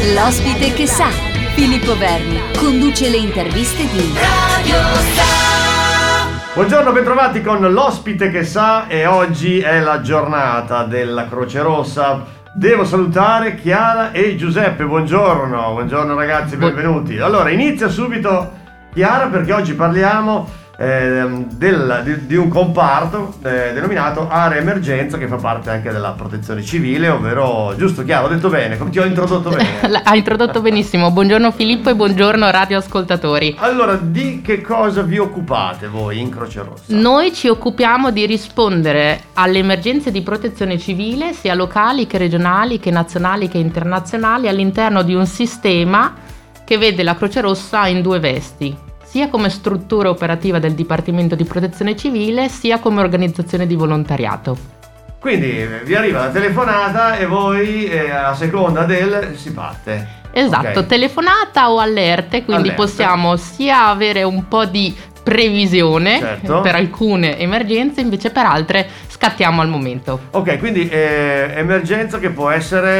L'ospite che sa. Filippo Verni conduce le interviste di Radio Sa. Buongiorno, bentrovati con l'ospite che sa, e oggi è la giornata della Croce Rossa. Devo salutare Chiara e Giuseppe, buongiorno ragazzi, benvenuti. Allora, inizia subito Chiara, perché oggi parliamo di un comparto denominato Area Emergenza, che fa parte anche della protezione civile, ovvero, giusto Chiara, ho detto bene, come ti ho introdotto bene? Hai introdotto benissimo, buongiorno Filippo e buongiorno radioascoltatori. Allora, di che cosa vi occupate voi in Croce Rossa? Noi ci occupiamo di rispondere alle emergenze di protezione civile, sia locali che regionali, che nazionali che internazionali, all'interno di un sistema che vede la Croce Rossa in due vesti, sia come struttura operativa del Dipartimento di Protezione Civile, sia come organizzazione di volontariato. Quindi vi arriva la telefonata e voi a seconda si parte. Esatto, okay. Telefonata o allerte, quindi possiamo sia avere un po' di previsione, certo, per alcune emergenze, invece per altre scattiamo al momento. Ok, quindi emergenza che può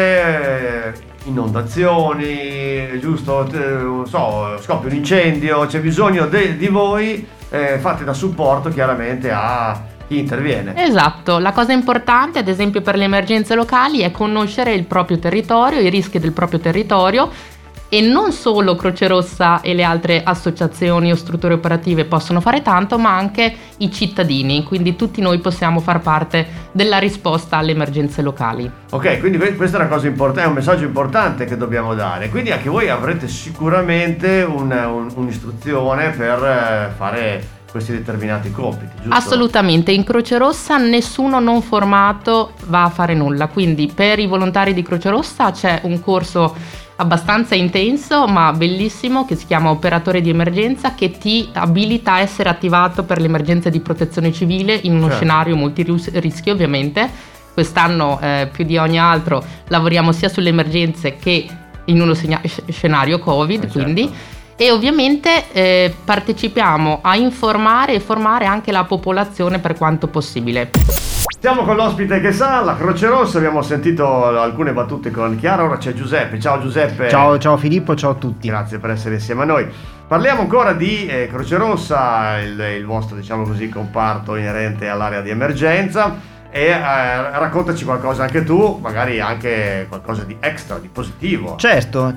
essere inondazioni, giusto? Scoppia un incendio, c'è bisogno di voi, fate da supporto chiaramente a chi interviene. Esatto, la cosa importante ad esempio per le emergenze locali è conoscere il proprio territorio, i rischi del proprio territorio, e non solo Croce Rossa e le altre associazioni o strutture operative possono fare tanto, ma anche i cittadini, quindi tutti noi possiamo far parte della risposta alle emergenze locali. Ok, quindi questa è una cosa importante, è un messaggio importante che dobbiamo dare, quindi anche voi avrete sicuramente un'istruzione per fare questi determinati compiti, giusto? Assolutamente, in Croce Rossa nessuno non formato va a fare nulla, quindi per i volontari di Croce Rossa c'è un corso abbastanza intenso ma bellissimo che si chiama Operatore di Emergenza, che ti abilita a essere attivato per le emergenze di protezione civile in uno scenario multirischi ovviamente. Quest'anno più di ogni altro lavoriamo sia sulle emergenze che in uno scenario Covid, quindi e ovviamente partecipiamo a informare e formare anche la popolazione per quanto possibile. Siamo con l'ospite che sa, la Croce Rossa, abbiamo sentito alcune battute con Chiara, ora c'è Giuseppe. Ciao Giuseppe. Ciao Filippo, ciao a tutti. Grazie per essere insieme a noi. Parliamo ancora di Croce Rossa, il vostro, diciamo così, comparto inerente all'area di emergenza, e raccontaci qualcosa anche tu, magari anche qualcosa di extra, di positivo. Certo,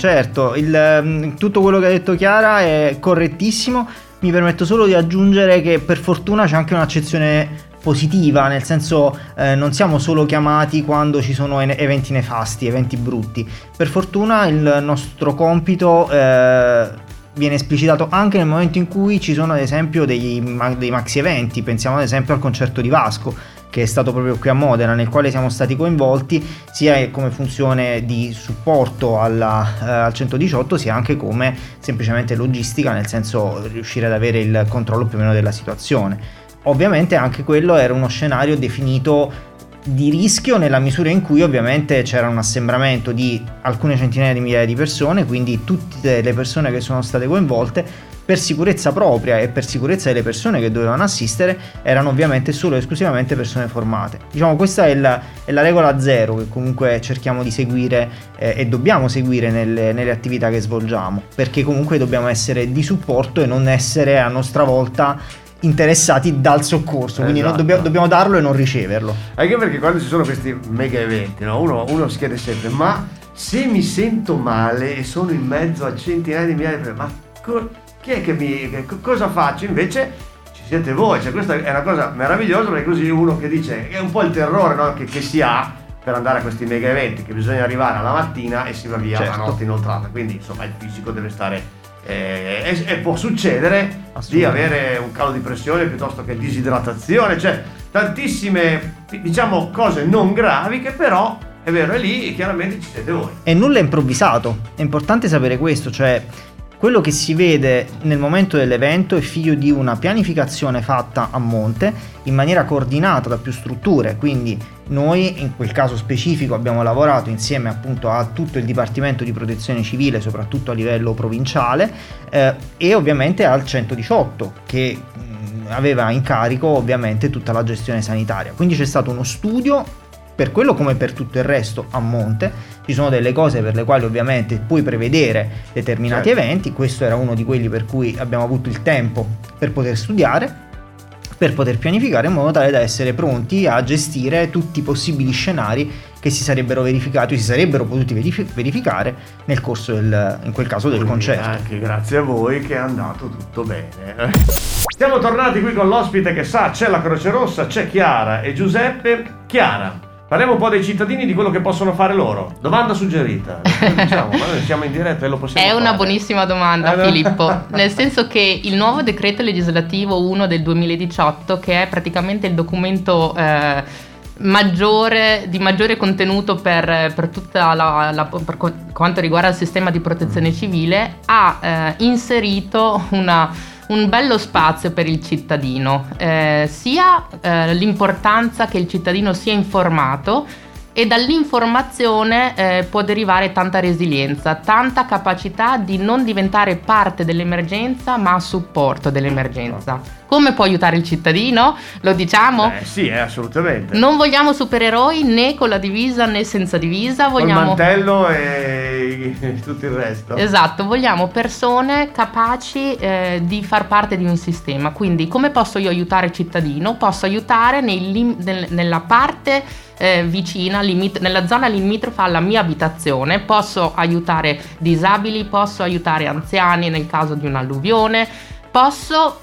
tutto quello che ha detto Chiara è correttissimo. Mi permetto solo di aggiungere che per fortuna c'è anche un'accezione positiva, nel senso non siamo solo chiamati quando ci sono eventi nefasti, eventi brutti. Per fortuna il nostro compito viene esplicitato anche nel momento in cui ci sono ad esempio dei maxi eventi. Pensiamo ad esempio al concerto di Vasco, che è stato proprio qui a Modena, nel quale siamo stati coinvolti sia come funzione di supporto al 118, sia anche come semplicemente logistica, nel senso riuscire ad avere il controllo più o meno della situazione. Ovviamente anche quello era uno scenario definito di rischio, nella misura in cui ovviamente c'era un assembramento di alcune centinaia di migliaia di persone, quindi tutte le persone che sono state coinvolte, per sicurezza propria e per sicurezza delle persone che dovevano assistere, erano ovviamente solo e esclusivamente persone formate. Diciamo, questa è la regola zero che comunque cerchiamo di seguire e dobbiamo seguire nelle attività che svolgiamo, perché comunque dobbiamo essere di supporto e non essere a nostra volta interessati dal soccorso, quindi dobbiamo darlo e non riceverlo. Anche perché quando ci sono questi mega eventi, no? uno si chiede sempre: ma se mi sento male e sono in mezzo a centinaia di migliaia di persone, ma chi è che cosa faccio? Invece ci siete voi, cioè questa è una cosa meravigliosa, perché così uno che dice, è un po' il terrore, no? che si ha per andare a questi mega eventi, che bisogna arrivare alla mattina e si va via a notte inoltrata, quindi insomma il fisico deve stare e può succedere di avere un calo di pressione piuttosto che disidratazione, cioè tantissime, diciamo, cose non gravi che però è vero, è lì e chiaramente ci siete voi. E nulla è improvvisato, è importante sapere questo, cioè quello che si vede nel momento dell'evento è figlio di una pianificazione fatta a monte in maniera coordinata da più strutture, quindi noi in quel caso specifico abbiamo lavorato insieme appunto a tutto il Dipartimento di Protezione Civile, soprattutto a livello provinciale, e ovviamente al 118 che aveva in carico ovviamente tutta la gestione sanitaria, quindi c'è stato uno studio per quello come per tutto il resto a monte. Ci sono delle cose per le quali ovviamente puoi prevedere determinati eventi, questo era uno di quelli per cui abbiamo avuto il tempo per poter studiare, per poter pianificare in modo tale da essere pronti a gestire tutti i possibili scenari che si sarebbero potuti verificare nel corso in quel caso del concerto. Anche grazie a voi che è andato tutto bene. Siamo tornati qui con l'ospite che sa, c'è la Croce Rossa, c'è Chiara e Giuseppe. Chiara, parliamo un po' dei cittadini, di quello che possono fare loro. Domanda suggerita. Diciamo, ma noi siamo in diretta e lo possiamo fare. È una buonissima domanda, Filippo. Nel senso che il nuovo decreto legislativo 1 del 2018, che è praticamente il documento di maggiore contenuto per tutta per quanto riguarda il sistema di protezione civile, ha inserito un bello spazio per il cittadino, sia l'importanza che il cittadino sia informato, e dall'informazione può derivare tanta resilienza, tanta capacità di non diventare parte dell'emergenza ma a supporto dell'emergenza. Come può aiutare il cittadino? Lo diciamo? Sì, assolutamente. Non vogliamo supereroi né con la divisa né senza divisa, vogliamo il mantello e tutto il resto. Esatto, vogliamo persone capaci di far parte di un sistema. Quindi come posso io aiutare il cittadino? Posso aiutare nella parte vicina, nella zona limitrofa alla mia abitazione, posso aiutare disabili, posso aiutare anziani nel caso di un'alluvione, posso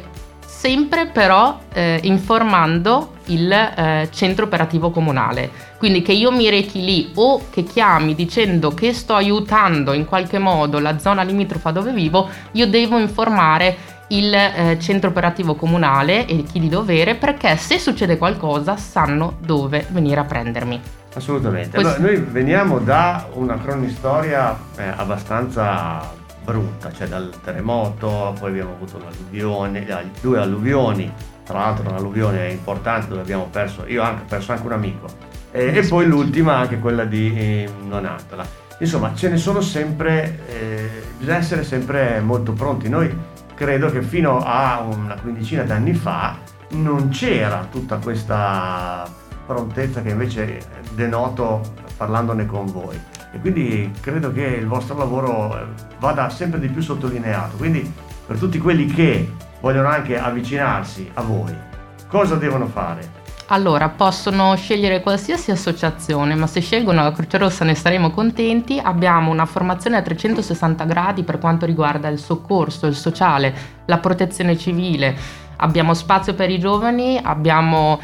sempre però informando il centro operativo comunale, quindi che io mi rechi lì o che chiami dicendo che sto aiutando in qualche modo la zona limitrofa dove vivo, io devo informare il centro operativo comunale e chi di dovere, perché se succede qualcosa sanno dove venire a prendermi. Assolutamente. Allora, noi veniamo da una cronistoria abbastanza brutta, cioè dal terremoto, poi abbiamo avuto un'alluvione, 2 alluvioni, tra l'altro un'alluvione importante dove abbiamo perso, io ho perso anche un amico, e poi l'ultima anche quella di Nonantola. Insomma, ce ne sono sempre, bisogna essere sempre molto pronti. Noi credo che fino a una quindicina d'anni fa non c'era tutta questa prontezza che invece denoto parlandone con voi, e quindi credo che il vostro lavoro vada sempre di più sottolineato. Quindi per tutti quelli che vogliono anche avvicinarsi a voi, cosa devono fare? Allora, possono scegliere qualsiasi associazione, ma se scelgono la Croce Rossa ne saremo contenti. Abbiamo una formazione a 360 gradi per quanto riguarda il soccorso, il sociale, la protezione civile. Abbiamo spazio per i giovani, abbiamo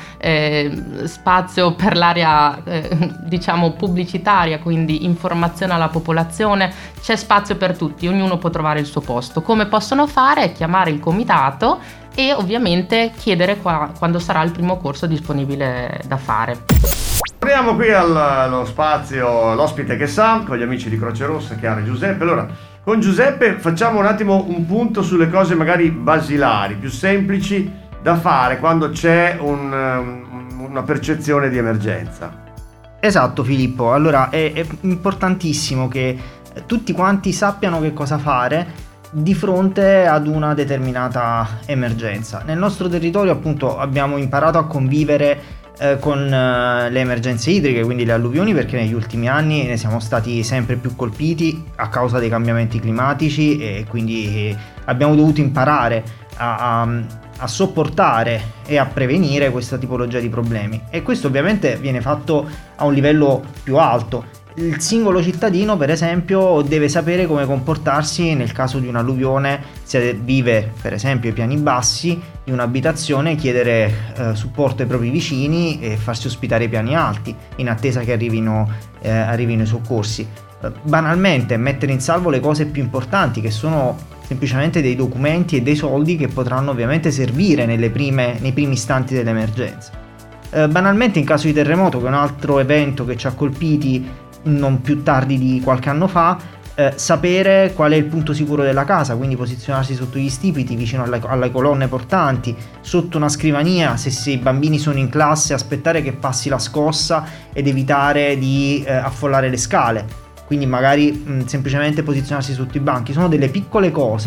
spazio per l'area diciamo pubblicitaria, quindi informazione alla popolazione, c'è spazio per tutti, ognuno può trovare il suo posto. Come possono fare? Chiamare il comitato e ovviamente chiedere quando sarà il primo corso disponibile da fare. Torniamo qui allo spazio l'ospite che sa, con gli amici di Croce Rossa, Chiara e Giuseppe. Allora, con Giuseppe facciamo un attimo un punto sulle cose magari basilari, più semplici da fare quando c'è una percezione di emergenza. Esatto, Filippo. Allora è importantissimo che tutti quanti sappiano che cosa fare di fronte ad una determinata emergenza. Nel nostro territorio appunto abbiamo imparato a convivere con le emergenze idriche, quindi le alluvioni, perché negli ultimi anni ne siamo stati sempre più colpiti a causa dei cambiamenti climatici, e quindi abbiamo dovuto imparare a sopportare e a prevenire questa tipologia di problemi, e questo ovviamente viene fatto a un livello più alto. Il singolo cittadino, per esempio, deve sapere come comportarsi nel caso di un'alluvione, se vive per esempio ai piani bassi di un'abitazione, chiedere supporto ai propri vicini e farsi ospitare ai piani alti in attesa che arrivino i soccorsi. Banalmente mettere in salvo le cose più importanti, che sono semplicemente dei documenti e dei soldi che potranno ovviamente servire nei primi istanti dell'emergenza. Banalmente in caso di terremoto, che è un altro evento che ci ha colpiti non più tardi di qualche anno fa, sapere qual è il punto sicuro della casa, quindi posizionarsi sotto gli stipiti, vicino alle colonne portanti, sotto una scrivania se i bambini sono in classe, aspettare che passi la scossa ed evitare di affollare le scale, quindi magari semplicemente posizionarsi sotto i banchi. Sono delle piccole cose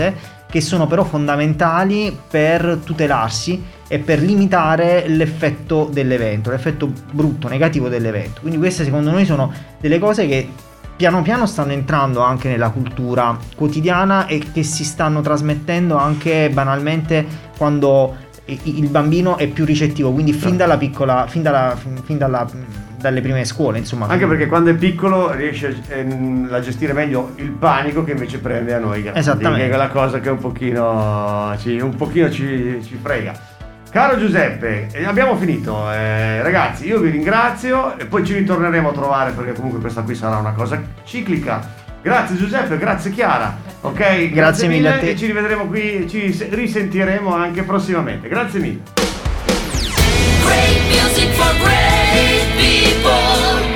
che sono però fondamentali per tutelarsi e per limitare l'effetto dell'evento, l'effetto brutto, negativo dell'evento. Quindi queste secondo noi sono delle cose che piano piano stanno entrando anche nella cultura quotidiana e che si stanno trasmettendo anche banalmente quando il bambino è più ricettivo, quindi fin dalla piccola, dalle prime scuole, insomma. Anche perché quando è piccolo riesce a gestire meglio il panico che invece prende a noi grandi. Esattamente. Che è quella cosa che un pochino ci frega. Caro Giuseppe, abbiamo finito, ragazzi, io vi ringrazio e poi ci ritorneremo a trovare perché comunque questa qui sarà una cosa ciclica. Grazie Giuseppe, grazie Chiara, ok? Grazie mille a te. E ci rivedremo qui, ci risentiremo anche prossimamente. Grazie mille. Great music for great people.